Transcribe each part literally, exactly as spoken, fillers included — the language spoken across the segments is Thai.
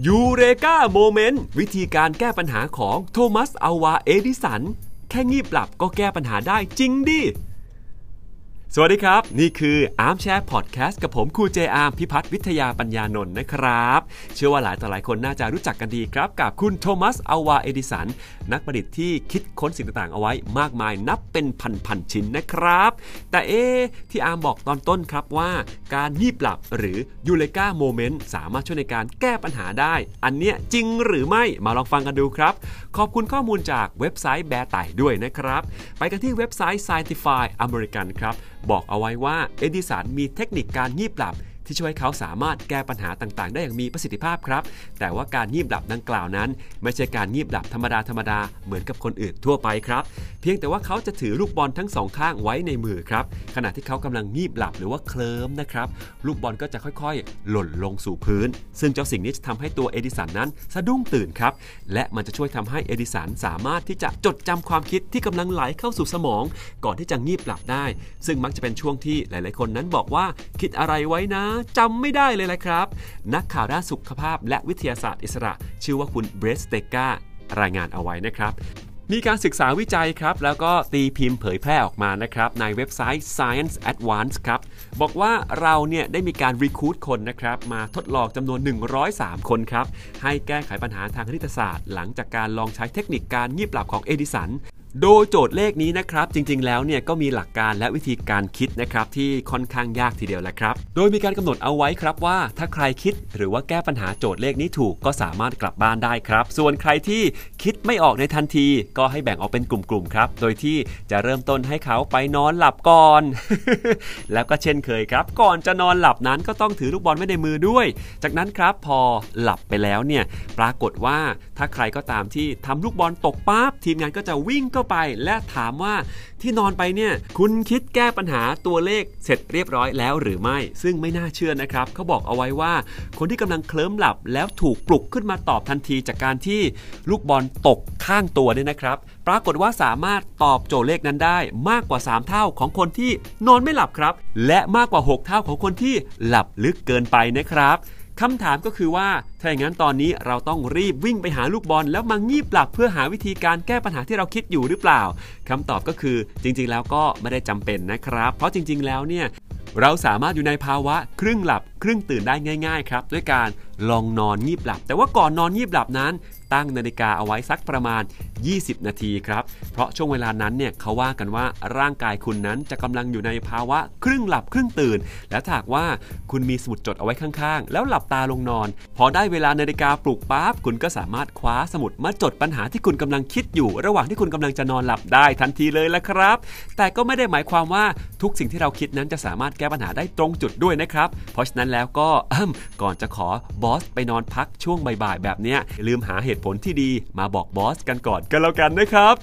ยูเรกาโมเมนต์วิธีการแก้ปัญหาของโทมัสอัลวาเอดิสันแค่งีบหลับก็แก้ปัญหาได้จริงดิสวัสดีครับนี่คืออาร์มแชร์พอดแคสต์กับผมครูเจอาร์มพิพัฒน์วิทยาปัญญานนท์นะครับเชื่อว่าหลายต่อหลายคนน่าจะรู้จักกันดีครับกับคุณโทมัสอัลวาเอดิสันนักประดิษฐ์ที่คิดค้นสิ่งต่างๆเอาไว้มากมายนับเป็นพันๆชิ้นนะครับแต่เอ๊ที่อาร์มบอกตอนต้นครับว่าการงีบหลับหรือยูเรกาโมเมนต์สามารถช่วยในการแก้ปัญหาได้อันเนี้ยจริงหรือไม่มาลองฟังกันดูครับขอบคุณข้อมูลจากเว็บไซต์แบร์ไต่ด้วยนะครับไปกันที่เว็บไซต์ Scientific American ครับบอกเอาไว้ว่าเอดิสันมีเทคนิคการงีบหลับที่ช่วยเขาสามารถแก้ปัญหาต่างๆได้อย่างมีประสิทธิภาพครับแต่ว่าการงีบหลับดังกล่าวนั้นไม่ใช่การงีบหลับธรรมดาธรรมดาเหมือนกับคนอื่นทั่วไปครับเพียงแต่ว่าเขาจะถือลูกบอลทั้งสองข้างไว้ในมือครับขณะที่เขากำลังงีบหลับหรือว่าเคลิ้มนะครับลูกบอลก็จะค่อยๆหล่นลงสู่พื้นซึ่งเจ้าสิ่งนี้จะทำให้ตัวเอดิสันนั้นสะดุ้งตื่นครับและมันจะช่วยทำให้เอดิสันสามารถที่จะจดจำความคิดที่กำลังไหลเข้าสู่สมองก่อนที่จะงีบหลับได้ซึ่งมักจะเป็นช่วงที่หลายๆคนนั้นบอกว่าคิดอะไรไว้นะจำไม่ได้เลยแหละครับนักข่าวด้านสุขภาพและวิทยาศาสตร์อิสระชื่อว่าคุณเบรสเตการายงานเอาไว้นะครับมีการศึกษาวิจัยครับแล้วก็ตีพิมพ์เผยแพร่ออกมานะครับในเว็บไซต์ Science Advance ครับบอกว่าเราเนี่ยได้มีการรีครูทคนนะครับมาทดลองจำนวนหนึ่งร้อยสามคนครับให้แก้ไขปัญหาทางคณิตศาสตร์หลังจากการลองใช้เทคนิคการงีบหลับของเอดิสันโดยโจทย์เลขนี้นะครับจริงๆแล้วเนี่ยก็มีหลักการและวิธีการคิดนะครับที่ค่อนข้างยากทีเดียวแหละครับโดยมีการกำหนดเอาไว้ครับว่าถ้าใครคิดหรือว่าแก้ปัญหาโจทย์เลขนี้ถูกก็สามารถกลับบ้านได้ครับส่วนใครที่คิดไม่ออกในทันทีก็ให้แบ่งออกเป็นกลุ่มๆครับโดยที่จะเริ่มต้นให้เขาไปนอนหลับก่อน แล้วก็เช่นเคยครับก่อนจะนอนหลับนั้นก็ต้องถือลูกบอลไว้ในมือด้วยจากนั้นครับพอหลับไปแล้วเนี่ยปรากฏว่าถ้าใครก็ตามที่ทำลูกบอลตกปั๊บทีมงานก็จะวิ่งเข้าไปและถามว่าที่นอนไปเนี่ยคุณคิดแก้ปัญหาตัวเลขเสร็จเรียบร้อยแล้วหรือไม่ซึ่งไม่น่าเชื่อนะครับเขาบอกเอาไว้ว่าคนที่กำลังเคลิ้มหลับแล้วถูกปลุกขึ้นมาตอบทันทีจากการที่ลูกบอลตกข้างตัวเนี่ยนะครับปรากฏว่าสามารถตอบโจทย์เลขนั้นได้มากกว่าสามเท่าของคนที่นอนไม่หลับครับและมากกว่าหกเท่าของคนที่หลับลึกเกินไปนะครับคำถามก็คือว่าถ้าอย่างนั้นตอนนี้เราต้องรีบวิ่งไปหาลูกบอลแล้วมางีบหลับเพื่อหาวิธีการแก้ปัญหาที่เราคิดอยู่หรือเปล่าคำตอบก็คือจริงๆแล้วก็ไม่ได้จำเป็นนะครับเพราะจริงๆแล้วเนี่ยเราสามารถอยู่ในภาวะครึ่งหลับครึ่งตื่นได้ง่ายๆครับด้วยการลองนอนงีบหลับแต่ว่าก่อนนอนงีบหลับนั้นตั้งนาฬิกาเอาไว้สักประมาณยี่สิบนาทีครับเพราะช่วงเวลานั้นเนี่ยเขาว่ากันว่าร่างกายคุณนั้นจะกำลังอยู่ในภาวะครึ่งหลับครึ่งตื่นและถ้าหากว่าคุณมีสมุดจดเอาไว้ข้างๆแล้วหลับตาลงนอนพอได้เวลานาฬิกาปลุกปั๊บคุณก็สามารถคว้าสมุดมาจดปัญหาที่คุณกำลังคิดอยู่ระหว่างที่คุณกำลังจะนอนหลับได้ทันทีเลยละครับแต่ก็ไม่ได้หมายความว่าทุกสิ่งที่เราคิดนั้นจะสามารถแก้ปัญหาได้ตรงจุดด้วยนะครับเพราะฉะนั้นแล้วก็ก่อนจะขอบอสไปนอนพักช่วงบ่ายๆแบบนี้ลืมหาเหตุผลที่ดีมาบอกบอสกันก่อนกันแล้วกันนะครับ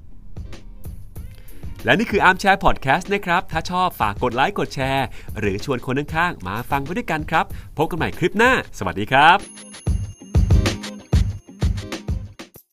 และนี่คืออาร์มแชร์พอดแคสต์นะครับถ้าชอบฝากกดไลค์กดแชร์หรือชวนคนข้างๆมาฟังไปด้วยกันครับพบกันใหม่คลิปหน้าสวัสดีครับ